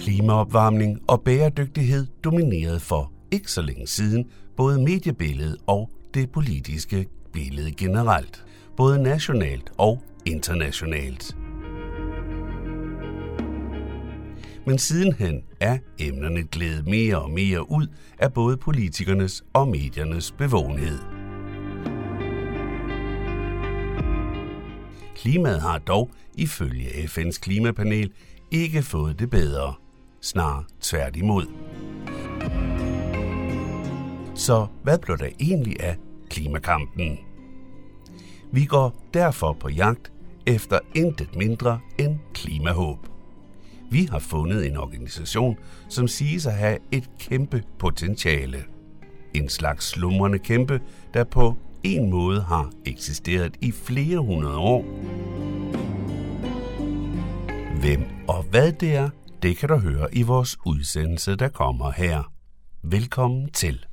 Klimaopvarmning og bæredygtighed dominerede for ikke så længe siden både mediebilledet og det politiske billede generelt, både nationalt og internationalt. Men sidenhen er emnerne glædet mere og mere ud af både politikernes og mediernes bevågenhed. Klimaet har dog, ifølge FN's klimapanel, ikke fået det bedre. Snarere tværtimod. Så hvad blev der egentlig af klimakampen? Vi går derfor på jagt efter intet mindre end klimahåb. Vi har fundet en organisation, som siges at have et kæmpe potentiale. En slags slumrende kæmpe, der på en måde har eksisteret i flere hundrede år. Hvem og hvad det er, det kan du høre i vores udsendelse, der kommer her. Velkommen til.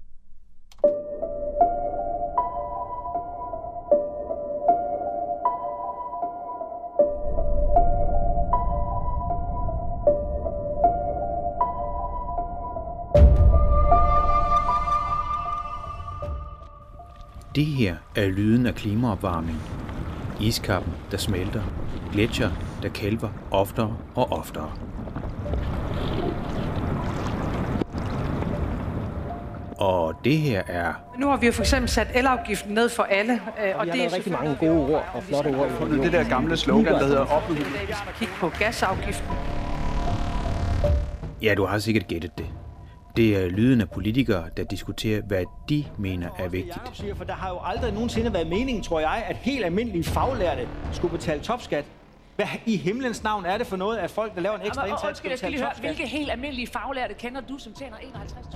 Det her er lyden af klimaopvarmning. Iskappen, der smelter. Gletsjer, der kælver oftere og oftere. Og det her er... Nu har vi jo for eksempel sat elafgiften ned for alle. Og det er rigtig mange gode ord og flotte ord. Det der gamle slogan, der hedder op. Vi skal kigge på gasafgiften. Ja, du har sikkert gættet det. Det er lyden af politikere, der diskuterer, hvad de mener er vigtigt. For der har jo aldrig nogensinde været meningen, tror jeg, at helt almindelige faglærte skulle betale topskat. Hvad i himlens navn er det for noget, at folk, der laver en ekstra indsats, skal betale topskat? Hvilke helt almindelige faglærte kender du, som tjener 51.000?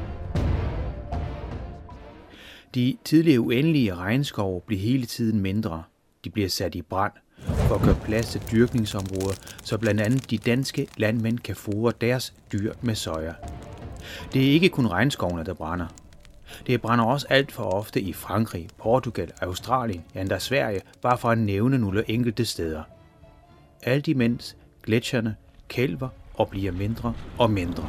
De tidligere uendelige regnskove bliver hele tiden mindre. De bliver sat i brand for at gøre plads til dyrkningsområder, så blandt andet de danske landmænd kan fodre deres dyr med soja. Det er ikke kun regnskovene, der brænder. Det brænder også alt for ofte i Frankrig, Portugal, Australien, ja endda Sverige, bare for at nævne nogle enkelte steder. Alt imens gletsjerne kælver og bliver mindre og mindre.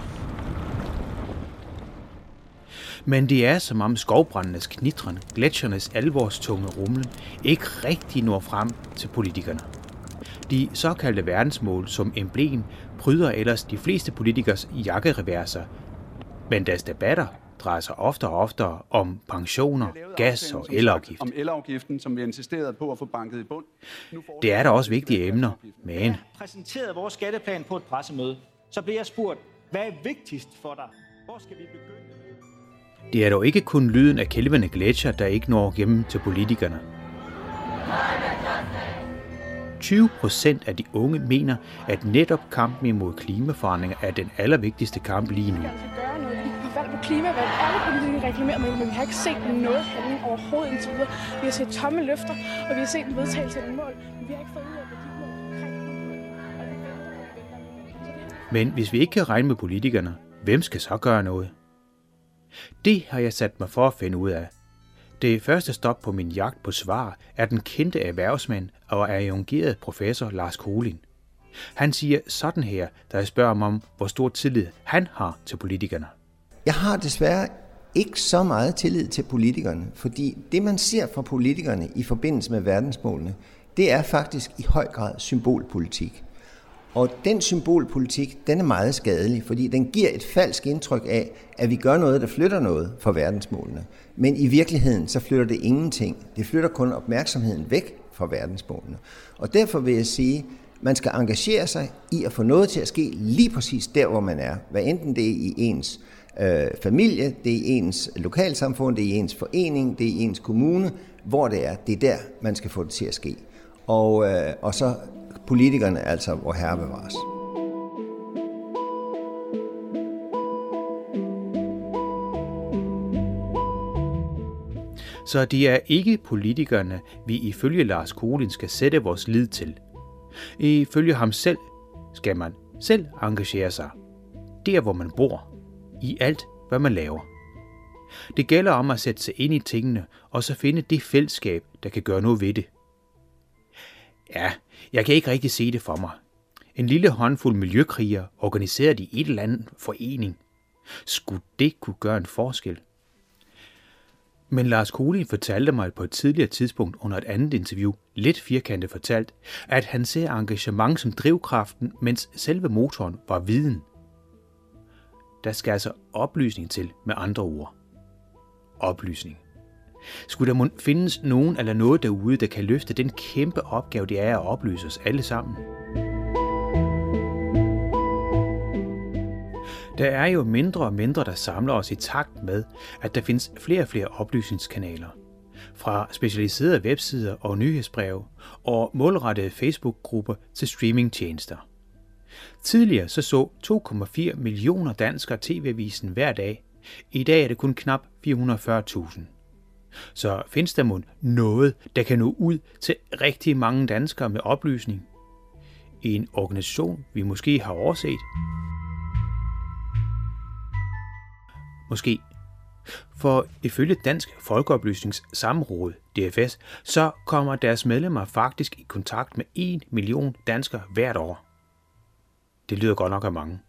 Men det er som om skovbrændenes knitren, gletsjernes alvorstunge rumlen, ikke rigtig når frem til politikerne. De såkaldte verdensmål som emblem pryder ellers de fleste politikers jakkereverser, men deres debatter drejer sig oftere og oftere om pensioner, gas og elafgift. Om elafgiften, som vi insisterede på at få banket i bund. Det er da også vigtige emner, men... Jeg præsenterede vores skatteplan på et pressemøde, så blev jeg spurgt, hvad er vigtigst for dig? Hvor skal vi begynde? Det er dog ikke kun lyden af kælvende gletsjer, der ikke når gennem til politikerne. 20% af de unge mener, at netop kampen imod klimaforandringer er den allervigtigste kamp lige nu. Valg på klimavalg. Alle politikere reklamerer med, men vi har ikke set noget handling overhovedet indtil videre. Vi har set tomme løfter, og vi har set en vedtagelse af mål, men vi har ikke fået ud af, hvad de mål. Men hvis vi ikke kan regne med politikerne, hvem skal så gøre noget? Det har jeg sat mig for at finde ud af. Det første stop på min jagt på svar er den kendte erhvervsmand og adjungeret professor Lars Kolind. Han siger sådan her, da jeg spørger ham om, hvor stor tillid han har til politikerne. Jeg har desværre ikke så meget tillid til politikerne, fordi det, man ser fra politikerne i forbindelse med verdensmålene, det er faktisk i høj grad symbolpolitik. Og den symbolpolitik, den er meget skadelig, fordi den giver et falsk indtryk af, at vi gør noget, der flytter noget for verdensmålene. Men i virkeligheden, så flytter det ingenting. Det flytter kun opmærksomheden væk fra verdensmålene. Og derfor vil jeg sige, man skal engagere sig i at få noget til at ske lige præcis der, hvor man er. Hvad enten det er i ens familie, det er i ens lokalsamfund, det er i ens forening, det er i ens kommune, hvor det er der, man skal få det til at ske. Og så politikerne, altså hvor herre bevares. Så det er ikke politikerne, vi ifølge Lars Kolind skal sætte vores lid til. Ifølge ham selv skal man selv engagere sig. Der, hvor man bor. I alt, hvad man laver. Det gælder om at sætte sig ind i tingene, og så finde det fællesskab, der kan gøre noget ved det. Ja, jeg kan ikke rigtig se det for mig. En lille håndfuld miljøkrigere organiseret i et eller andet forening. Skulle det kunne gøre en forskel? Men Lars Kohlin fortalte mig på et tidligere tidspunkt under et andet interview, lidt firkantet fortalt, at han ser engagement som drivkraften, mens selve motoren var viden. Der skal altså oplysning til, med andre ord. Oplysning. Skulle der findes nogen eller noget derude, der kan løfte den kæmpe opgave, det er at oplyse os alle sammen? Der er jo mindre og mindre, der samler os i takt med, at der findes flere og flere oplysningskanaler. Fra specialiserede websider og nyhedsbreve og målrettede Facebook-grupper til streamingtjenester. Tidligere så 2,4 millioner danskere TV-avisen hver dag. I dag er det kun knap 440.000. Så findes der noget, der kan nå ud til rigtig mange danskere med oplysning? I en organisation, vi måske har overset? Måske. For ifølge Dansk Folkeoplysningssamråd, DFS, så kommer deres medlemmer faktisk i kontakt med 1 million danskere hvert år. Det lyder godt nok af mange.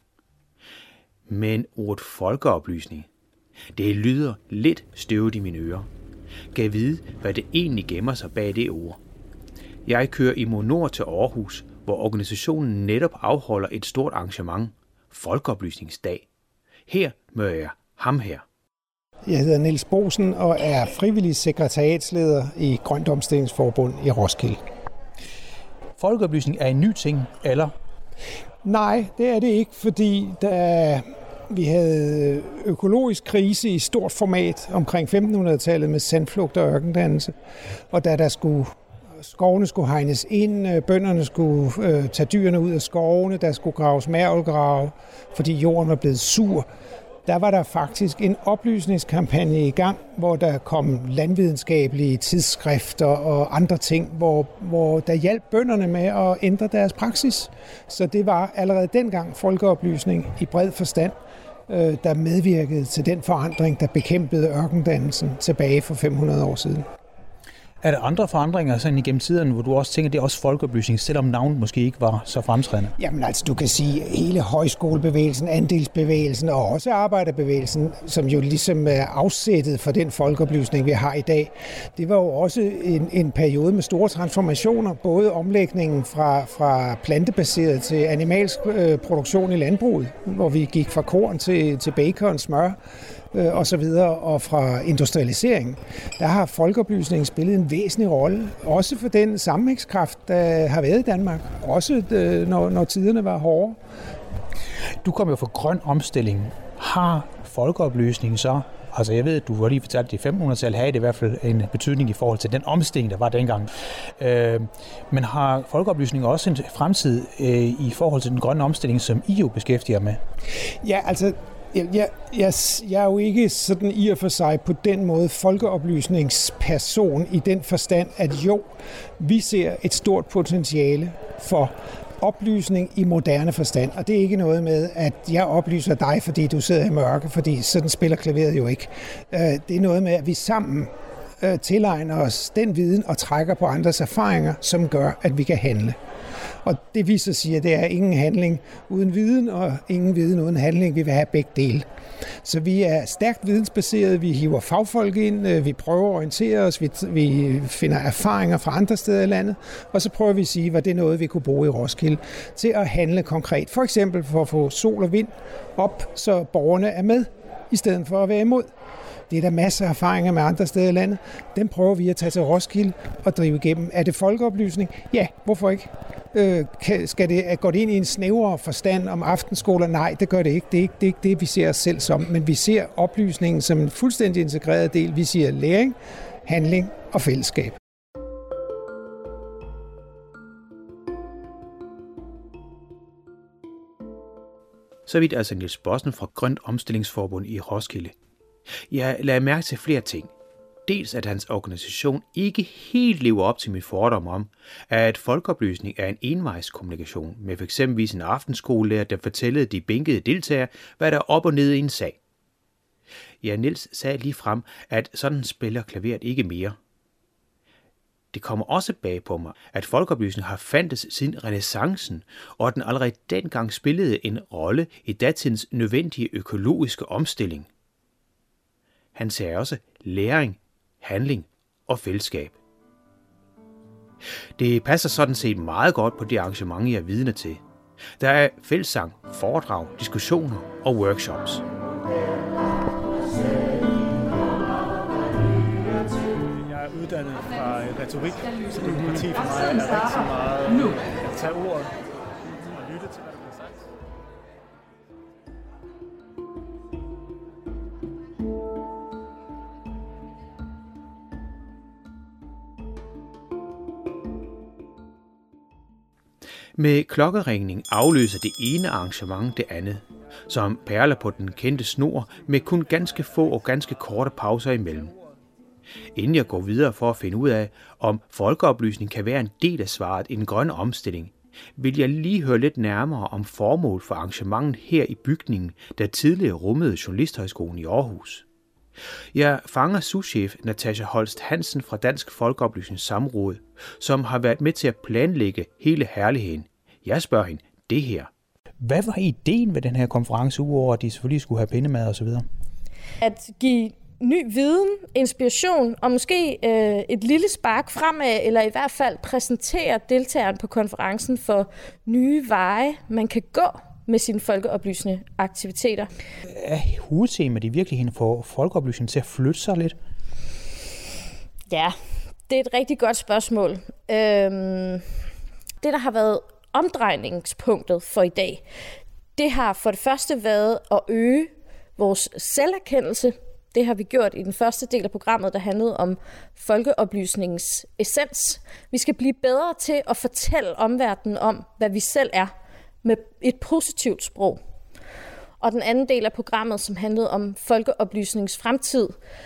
Men ordet folkeoplysning, det lyder lidt støvet i mine ører. Kan vide, hvad det egentlig gemmer sig bag det ord. Jeg kører i Monor til Aarhus, hvor organisationen netop afholder et stort arrangement, Folkeoplysningsdag. Her møder jeg ham her. Jeg hedder Niels Bosen og er frivillig sekretariatsleder i Grønt Omstillingsforbund i Roskilde. Folkeoplysning er en ny ting, eller? Nej, det er det ikke, fordi da vi havde økologisk krise i stort format omkring 1500-tallet med sandflugt og ørkendannelse, og da skovene skulle hegnes ind, bønderne skulle tage dyrene ud af skovene, der skulle graves mergelgrave, fordi jorden var blevet sur. Der var der faktisk en oplysningskampagne i gang, hvor der kom landvidenskabelige tidsskrifter og andre ting, hvor der hjalp bønderne med at ændre deres praksis. Så det var allerede dengang folkeoplysning i bred forstand, der medvirkede til den forandring, der bekæmpede ørkendannelsen tilbage for 500 år siden. Er der andre forandringer sådan igennem tiden, hvor du også tænker, det er også folkeoplysning, selvom navnet måske ikke var så fremtrædende? Jamen altså, du kan sige, hele højskolebevægelsen, andelsbevægelsen og også arbejderbevægelsen, som jo ligesom er afsættet for den folkeoplysning, vi har i dag, det var jo også en periode med store transformationer, både omlægningen fra plantebaseret til animalsk produktion i landbruget, hvor vi gik fra korn til bacon, smør, og så videre, og fra industrialisering, der har folkeoplysningen spillet en væsentlig rolle, også for den sammenhængskraft, der har været i Danmark, også når tiderne var hårde. Du kom jo fra grøn omstilling. Har folkeoplysningen så, altså jeg ved, at du har lige fortalt, at i 1500-tallet havde det i hvert fald en betydning i forhold til den omstilling, der var dengang. Men har folkeoplysningen også en fremtid i forhold til den grønne omstilling, som I jo beskæftiger med? Ja, altså jeg er jo ikke sådan i og for sig på den måde folkeoplysningsperson i den forstand, at jo, vi ser et stort potentiale for oplysning i moderne forstand. Og det er ikke noget med, at jeg oplyser dig, fordi du sidder i mørke, fordi sådan spiller klaveret jo ikke. Det er noget med, at vi sammen tilegner os den viden og trækker på andres erfaringer, som gør, at vi kan handle. Og det vi så siger, det er ingen handling uden viden, og ingen viden uden handling. Vi vil have begge dele. Så vi er stærkt vidensbaserede, vi hiver fagfolk ind, vi prøver at orientere os, vi finder erfaringer fra andre steder i landet, og så prøver vi at sige, hvad det er noget, vi kunne bruge i Roskilde til at handle konkret. For eksempel for at få sol og vind op, så borgerne er med, i stedet for at være imod. Det er der masser af erfaringer med andre steder i landet. Dem prøver vi at tage til Roskilde og drive igennem. Er det folkeoplysning? Ja, hvorfor ikke? Går det ind i en snævrere forstand om aftenskoler? Nej, det gør det ikke. Det er ikke det, vi ser os selv som. Men vi ser oplysningen som en fuldstændig integreret del. Vi siger læring, handling og fællesskab. Så vidt altså Niels Bosen fra Grønt Omstillingsforbund i Roskilde. Jeg lader mærke til flere ting. Dels at hans organisation ikke helt lever op til mit fordom om, at folkeoplysning er en envejskommunikation med f.eks. en aftenskolelærer, der fortællede de bænkede deltagere, hvad der er op og ned i en sag. Ja, Niels sagde lige frem, at sådan spiller klaveret ikke mere. Det kommer også bag på mig, at folkeoplysningen har fandtes siden renæssancen, og at den allerede dengang spillede en rolle i datidens nødvendige økologiske omstilling. Han sagde også læring, handling og fællesskab. Det passer sådan set meget godt på det arrangement, jeg er vidne til. Der er fællessang, foredrag, diskussioner og workshops. Jeg er uddannet fra retorik, så demokrati for mig er rigtig meget at tage ordet og lytte til, hvad der bliver sagt. Med klokkeringning afløser det ene arrangement det andet, som perler på den kendte snor med kun ganske få og ganske korte pauser imellem. Inden jeg går videre for at finde ud af, om folkeoplysning kan være en del af svaret i den grønne omstilling, vil jeg lige høre lidt nærmere om formål for arrangementet her i bygningen, der tidligere rummede Journalisthøjskolen i Aarhus. Jeg fanger souschef Natasha Holst Hansen fra Dansk Folkeoplysningssamråd, som har været med til at planlægge hele herligheden. Jeg spørger hende det her. Hvad var ideen ved den her konference, udover at de selvfølgelig skulle have pindemad og så videre? At give ny viden, inspiration og måske et lille spark fremad, eller i hvert fald præsentere deltageren på konferencen for nye veje, man kan gå med sine folkeoplysende aktiviteter. Er hovedtemaet i virkeligheden for folkeoplysning til at flytte sig lidt? Ja, det er et rigtig godt spørgsmål. Det, der har været omdrejningspunktet for i dag, det har for det første været at øge vores selverkendelse. Det har vi gjort i den første del af programmet, der handlede om folkeoplysningens essens. Vi skal blive bedre til at fortælle omverdenen om, hvad vi selv er, med et positivt sprog. Og den anden del af programmet, som handlede om folkeoplysningens fremtid,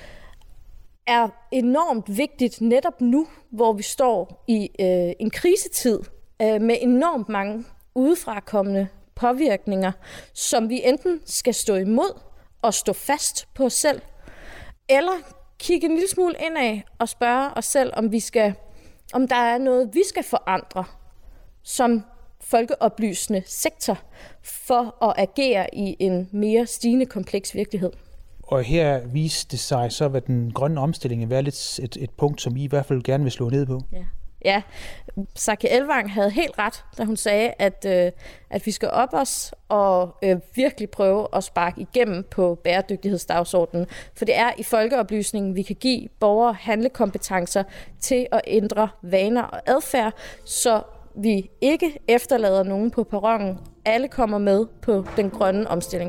er enormt vigtigt netop nu, hvor vi står i en krisetid med enormt mange udefrakommende påvirkninger, som vi enten skal stå imod og stå fast på os selv, eller kigge en lille smule indad og spørge os selv, om der er noget, vi skal forandre som folkeoplysende sektor for at agere i en mere stigende kompleks virkelighed. Og her viste det sig så, at den grønne omstilling er lidt et punkt, som I i hvert fald gerne vil slå ned på. Ja, Zakia Elvang havde helt ret, da hun sagde, at vi skal op os og virkelig prøve at sparke igennem på bæredygtighedsdagsordenen. For det er i folkeoplysningen, vi kan give borgere handlekompetencer til at ændre vaner og adfærd, så vi ikke efterlader nogen på perronen. Alle kommer med på den grønne omstilling.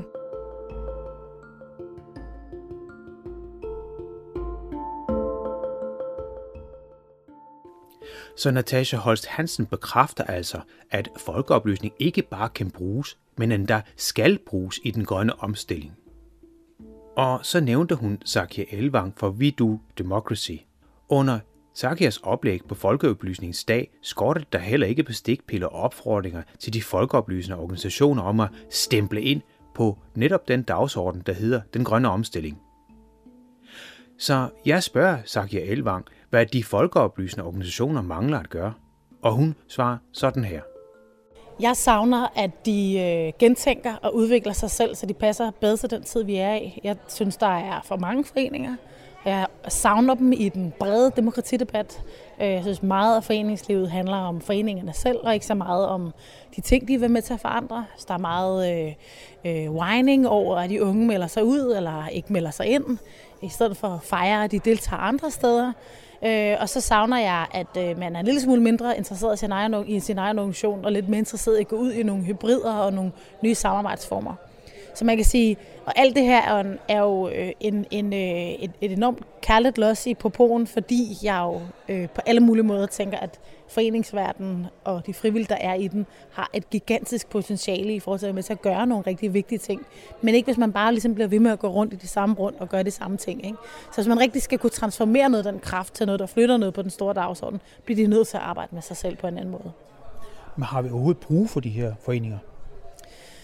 Så Natasha Holst Hansen bekræfter altså, at folkeoplysning ikke bare kan bruges, men endda skal bruges i den grønne omstilling. Og så nævnte hun Zakia Elvang for We Do Democracy. Under Zakias oplæg på Folkeoplysningens dag skortede der heller ikke på stikpiller og opfordringer til de folkeoplysende organisationer om at stemple ind på netop den dagsorden, der hedder den grønne omstilling. Så jeg spørger Zakia Elvang, hvad de folkeoplysende organisationer mangler at gøre, og hun svarer sådan her. Jeg savner, at de gentænker og udvikler sig selv, så de passer bedre til den tid, vi er i. Jeg synes, der er for mange foreninger. Jeg savner dem i den brede demokratidebat. Jeg synes meget af foreningslivet handler om foreningerne selv, og ikke så meget om de ting, de vil være med til at forandre. Så der er meget whining over, at de unge melder sig ud eller ikke melder sig ind, i stedet for at fejre, at de deltager andre steder. Og så savner jeg, at man er en lille smule mindre interesseret i sin egen organisation, og lidt mere interesseret i at gå ud i nogle hybrider og nogle nye samarbejdsformer. Så man kan sige, og alt det her er jo et enormt kærligt los i propoen, fordi jeg jo på alle mulige måder tænker, at foreningsverdenen og de frivillige, der er i den, har et gigantisk potentiale i forhold til at være med til at gøre nogle rigtig vigtige ting. Men ikke hvis man bare ligesom bliver ved med at gå rundt i det samme rund og gøre de samme ting. Ikke? Så hvis man rigtig skal kunne transformere noget af den kraft til noget, der flytter noget på den store dagsorden, bliver de nødt til at arbejde med sig selv på en anden måde. Men har vi overhovedet brug for de her foreninger?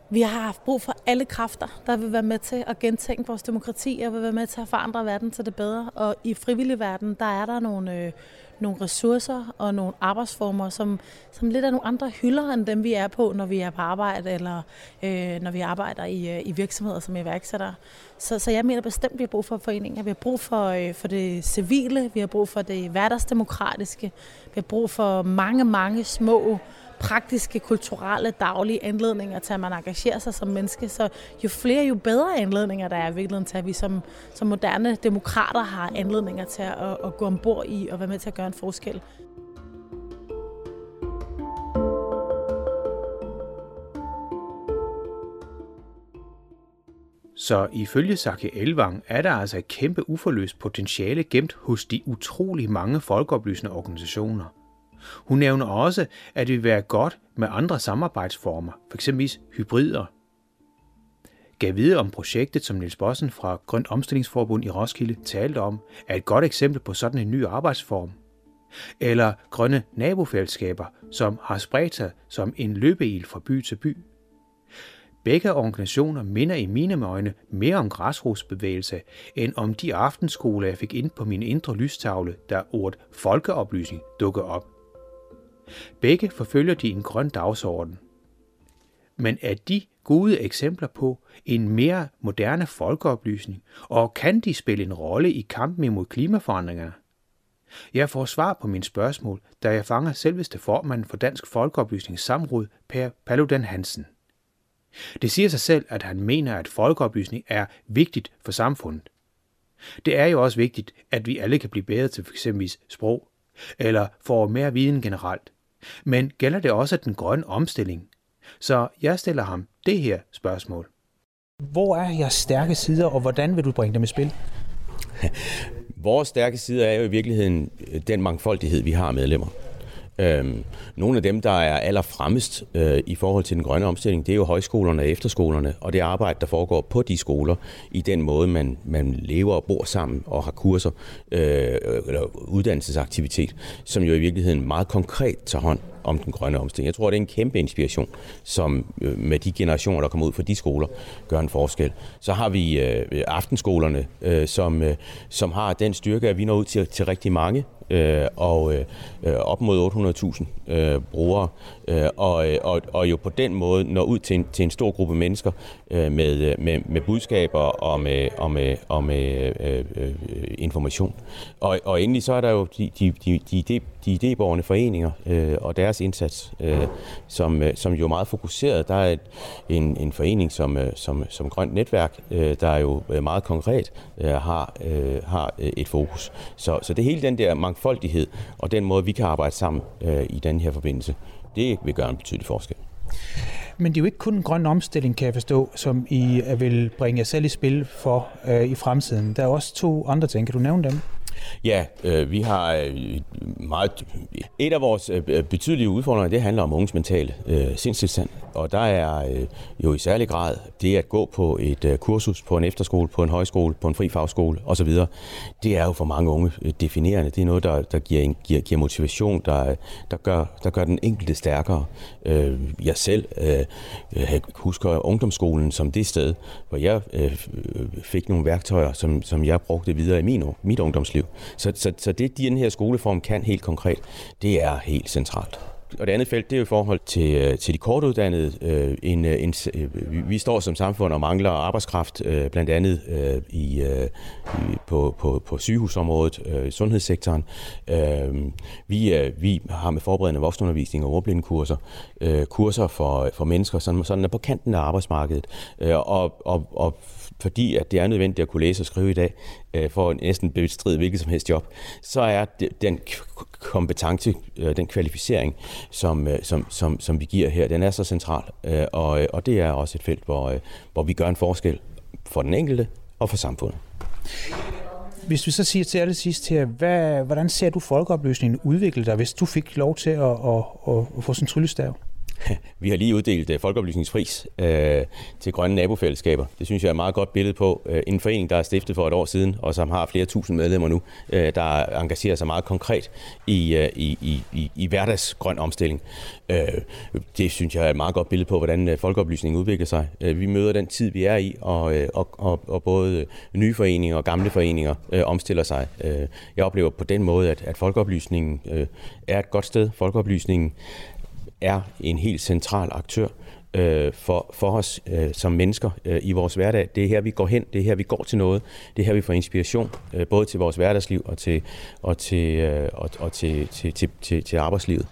Vi har haft brug for alle kræfter, der vil være med til at gentænke vores demokrati og vil være med til at forandre verden til det bedre. Og i frivillig verden, der er der nogle ressourcer og nogle arbejdsformer, som lidt er nogle andre hylder end dem, vi er på, når vi er på arbejde eller når vi arbejder i virksomheder som iværksættere. Så jeg mener bestemt, at vi har brug for foreninger. Vi har brug for det civile, vi har brug for det hverdagsdemokratiske, vi har brug for mange små praktiske, kulturelle, daglige anledninger til, at man engagerer sig som menneske. Så jo flere, jo bedre anledninger der er i virkeligheden til, at vi som moderne demokrater har anledninger til at gå ombord i og være med til at gøre en forskel. Så ifølge Saki Elvang er der altså et kæmpe uforløst potentiale gemt hos de utrolig mange folkeoplysende organisationer. Hun nævner også, at det vil være godt med andre samarbejdsformer, f.eks. hybrider. Gav vide om projektet, som Niels Bossen fra Grønt Omstillingsforbund i Roskilde talte om, er et godt eksempel på sådan en ny arbejdsform. Eller grønne nabofællesskaber, som har spredt sig som en løbeil fra by til by. Begge organisationer minder i mine øjne mere om græsrodsbevægelse, end om de aftenskoler, jeg fik ind på min indre lystavle, da ordet folkeoplysning dukkede op. Begge forfølger de en grøn dagsorden. Men er de gode eksempler på en mere moderne folkeoplysning, og kan de spille en rolle i kampen imod klimaforandringerne? Jeg får svar på mine spørgsmål, da jeg fanger selveste formanden for Dansk Folkeoplysnings Samråd, Per Paludan Hansen. Det siger sig selv, at han mener, at folkeoplysning er vigtigt for samfundet. Det er jo også vigtigt, at vi alle kan blive bedre til f.eks. sprog, eller få mere viden generelt. Men gælder det også den grønne omstilling? Så jeg stiller ham det her spørgsmål. Hvor er jeres stærke sider, og hvordan vil du bringe dem i spil? Vores stærke sider er jo i virkeligheden den mangfoldighed, vi har medlemmer. Nogle af dem, der er allerfremmest i forhold til den grønne omstilling, det er jo højskolerne og efterskolerne, og det arbejde, der foregår på de skoler, i den måde, man lever og bor sammen og har kurser eller uddannelsesaktivitet, som jo i virkeligheden meget konkret tager hånd om den grønne omstilling. Jeg tror, det er en kæmpe inspiration, som med de generationer, der kommer ud fra de skoler, gør en forskel. Så har vi aftenskolerne, som har den styrke, at vi når ud til rigtig mange, og op mod 800.000 brugere, og jo på den måde når ud til en stor gruppe mennesker med budskaber og med information. Og endelig så er der jo de idéborgerne foreninger og deres indsats, som jo er meget fokuseret. Der er en forening som Grønt Netværk, der er jo meget konkret har et fokus. Så det er hele den der mangfoldighed og den måde, vi kan arbejde sammen i den her forbindelse, det vil gøre en betydelig forskel. Men det er jo ikke kun en grøn omstilling, kan jeg forstå, som I vil bringe jer selv i spil for i fremtiden. Der er også 2 andre ting. Kan du nævne dem? Ja, vi har meget... Et af vores betydelige udfordringer, det handler om unges mentale sindstilstand. Og der er jo i særlig grad det at gå på et kursus, på en efterskole, på en højskole, på en fri fagskole osv. Det er jo for mange unge definerende. Det er noget, der giver motivation, der gør den enkelte stærkere. Jeg selv husker ungdomsskolen som det sted, hvor jeg fik nogle værktøjer, som jeg brugte videre i mit ungdomsliv. Så det, den her skoleform kan helt konkret, det er helt centralt. Og det andet felt, det er jo i forhold til de kortuddannede. Vi står som samfund og mangler arbejdskraft, blandt andet på sygehusområdet, sundhedssektoren. Vi har med forberedende voksenundervisning og ordblindekurser, kurser for mennesker, sådan er på kanten af arbejdsmarkedet. Og fordi at det er nødvendigt at kunne læse og skrive i dag, for at næsten bestride hvilket som helst job, så er den kompetence, den kvalificering, som vi giver her, den er så central. Og det er også et felt, hvor vi gør en forskel for den enkelte og for samfundet. Hvis vi så siger til allersidst her, hvordan ser du folkeoplysningen udvikle dig, hvis du fik lov til at få sådan en tryllestav? Vi har lige uddelt folkeoplysningspris til grønne nabofællesskaber. Det synes jeg er et meget godt billede på en forening, der er stiftet for et år siden, og som har flere tusind medlemmer nu, der engagerer sig meget konkret i hverdagsgrøn omstilling. Det synes jeg er et meget godt billede på, hvordan folkeoplysningen udvikler sig. Vi møder den tid, vi er i, og både nye foreninger og gamle foreninger omstiller sig. Jeg oplever på den måde, at folkeoplysningen er et godt sted. Folkeoplysningen er en helt central aktør for os som mennesker i vores hverdag. Det er her, vi går hen, det er her, vi går til noget, det er her, vi får inspiration, både til vores hverdagsliv og til arbejdslivet.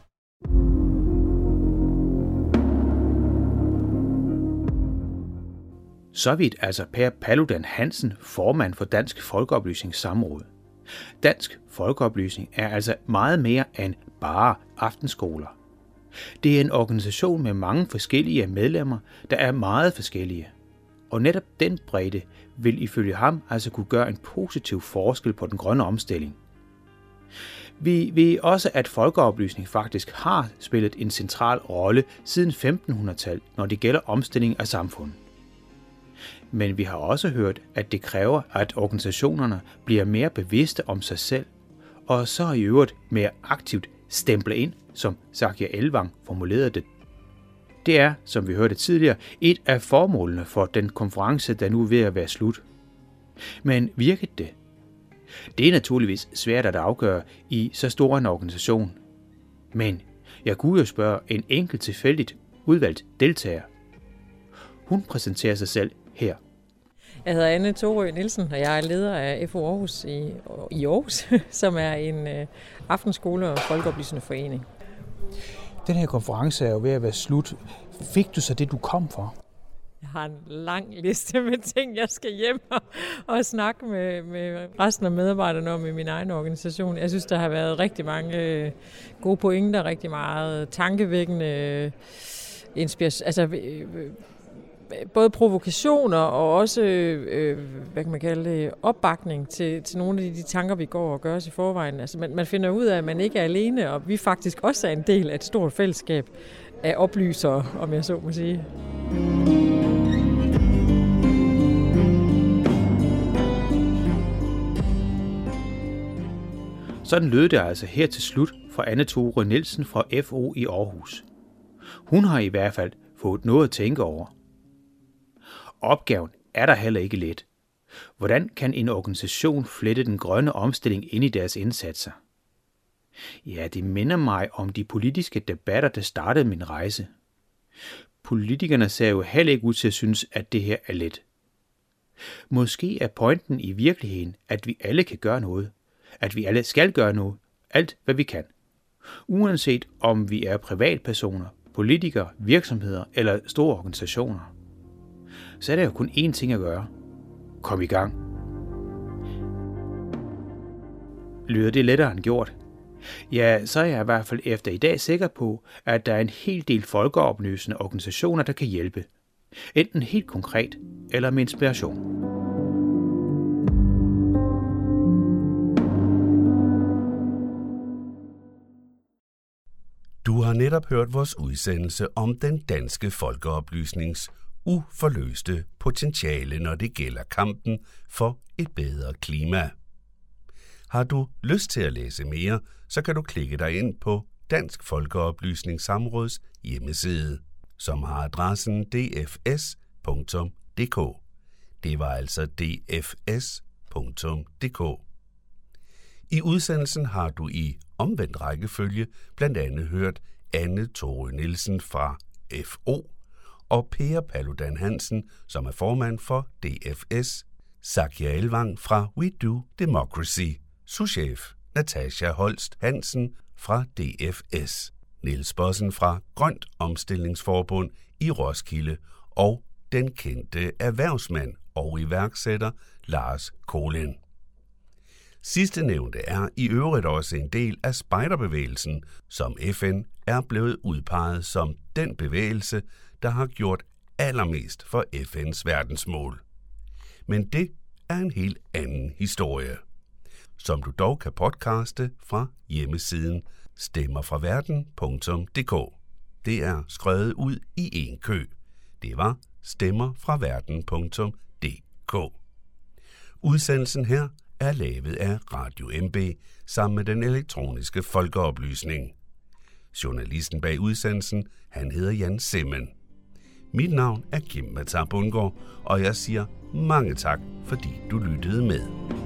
Så vidt altså Per Paludan Hansen, formand for Dansk Folkeoplysningssamråd. Dansk Folkeoplysning er altså meget mere end bare aftenskoler. Det er en organisation med mange forskellige medlemmer, der er meget forskellige. Og netop den bredde vil ifølge ham altså kunne gøre en positiv forskel på den grønne omstilling. Vi ved også, at folkeoplysning faktisk har spillet en central rolle siden 1500-tallet, når det gælder omstilling af samfundet. Men vi har også hørt, at det kræver, at organisationerne bliver mere bevidste om sig selv, og så i øvrigt mere aktivt stemple ind, som Zakia Elvang formulerede det. Det er, som vi hørte tidligere, et af formålene for den konference, der nu er ved at være slut. Men virkede det? Det er naturligvis svært at afgøre i så stor en organisation. Men jeg kunne jo spørge en enkelt tilfældigt udvalgt deltager. Hun præsenterer sig selv her. Jeg hedder Anne Thorø Nielsen, og jeg er leder af FO Aarhus i Aarhus, som er en aftenskole- og folkeoplysende forening. Den her konference er jo ved at være slut. Fik du så det, du kom for? Jeg har en lang liste med ting, jeg skal hjem og snakke med resten af medarbejderne om i min egen organisation. Jeg synes, der har været rigtig mange gode pointer, rigtig meget tankevækkende inspiration. Altså, både provokationer og også, hvad kan man kalde det, opbakning til nogle af de tanker, vi går og gør os i forvejen. Altså, man finder ud af, at man ikke er alene, og vi faktisk også er en del af et stort fællesskab af oplysere, om jeg så må sige. Sådan lød det altså her til slut fra Anne Thorø Nielsen fra FO i Aarhus. Hun har i hvert fald fået noget at tænke over. Opgaven er der heller ikke let. Hvordan kan en organisation flette den grønne omstilling ind i deres indsatser? Ja, det minder mig om de politiske debatter, der startede min rejse. Politikerne ser jo heller ikke ud til at synes, at det her er let. Måske er pointen i virkeligheden, at vi alle kan gøre noget. At vi alle skal gøre noget. Alt, hvad vi kan. Uanset om vi er privatpersoner, politikere, virksomheder eller store organisationer. Så er der jo kun én ting at gøre. Kom i gang. Lyder det lettere end gjort? Ja, så er jeg i hvert fald efter i dag sikker på, at der er en hel del folkeoplysende organisationer, der kan hjælpe. Enten helt konkret eller med inspiration. Du har netop hørt vores udsendelse om den danske folkeoplysnings uforløste potentiale, når det gælder kampen for et bedre klima. Har du lyst til at læse mere, så kan du klikke dig ind på Dansk Folkeoplysningssamråds hjemmeside, som har adressen dfs.dk. Det var altså dfs.dk. I udsendelsen har du i omvendt rækkefølge blandt andet hørt Anne Thorø Nielsen fra FO og Per Paludan Hansen, som er formand for DFS, Zakia Elvang fra We Do Democracy, souschef Natasha Holst Hansen fra DFS, Niels Bossen fra Grønt Omstillingsforbund i Roskilde og den kendte erhvervsmand og iværksætter Lars Kolind. Sidstnævnte er i øvrigt også en del af spejderbevægelsen, som FN er blevet udpeget som den bevægelse, der har gjort allermest for FN's verdensmål. Men det er en helt anden historie, som du dog kan podcaste fra hjemmesiden stemmerfraverden.dk. det er skrevet ud i en kø. Det var stemmerfraverden.dk. Udsendelsen her er lavet af Radio MB sammen med den elektroniske folkeoplysning. Journalisten bag udsendelsen, han hedder Jan Simmen. Mit navn er Kim Matar Bundgaard, og jeg siger mange tak, fordi du lyttede med.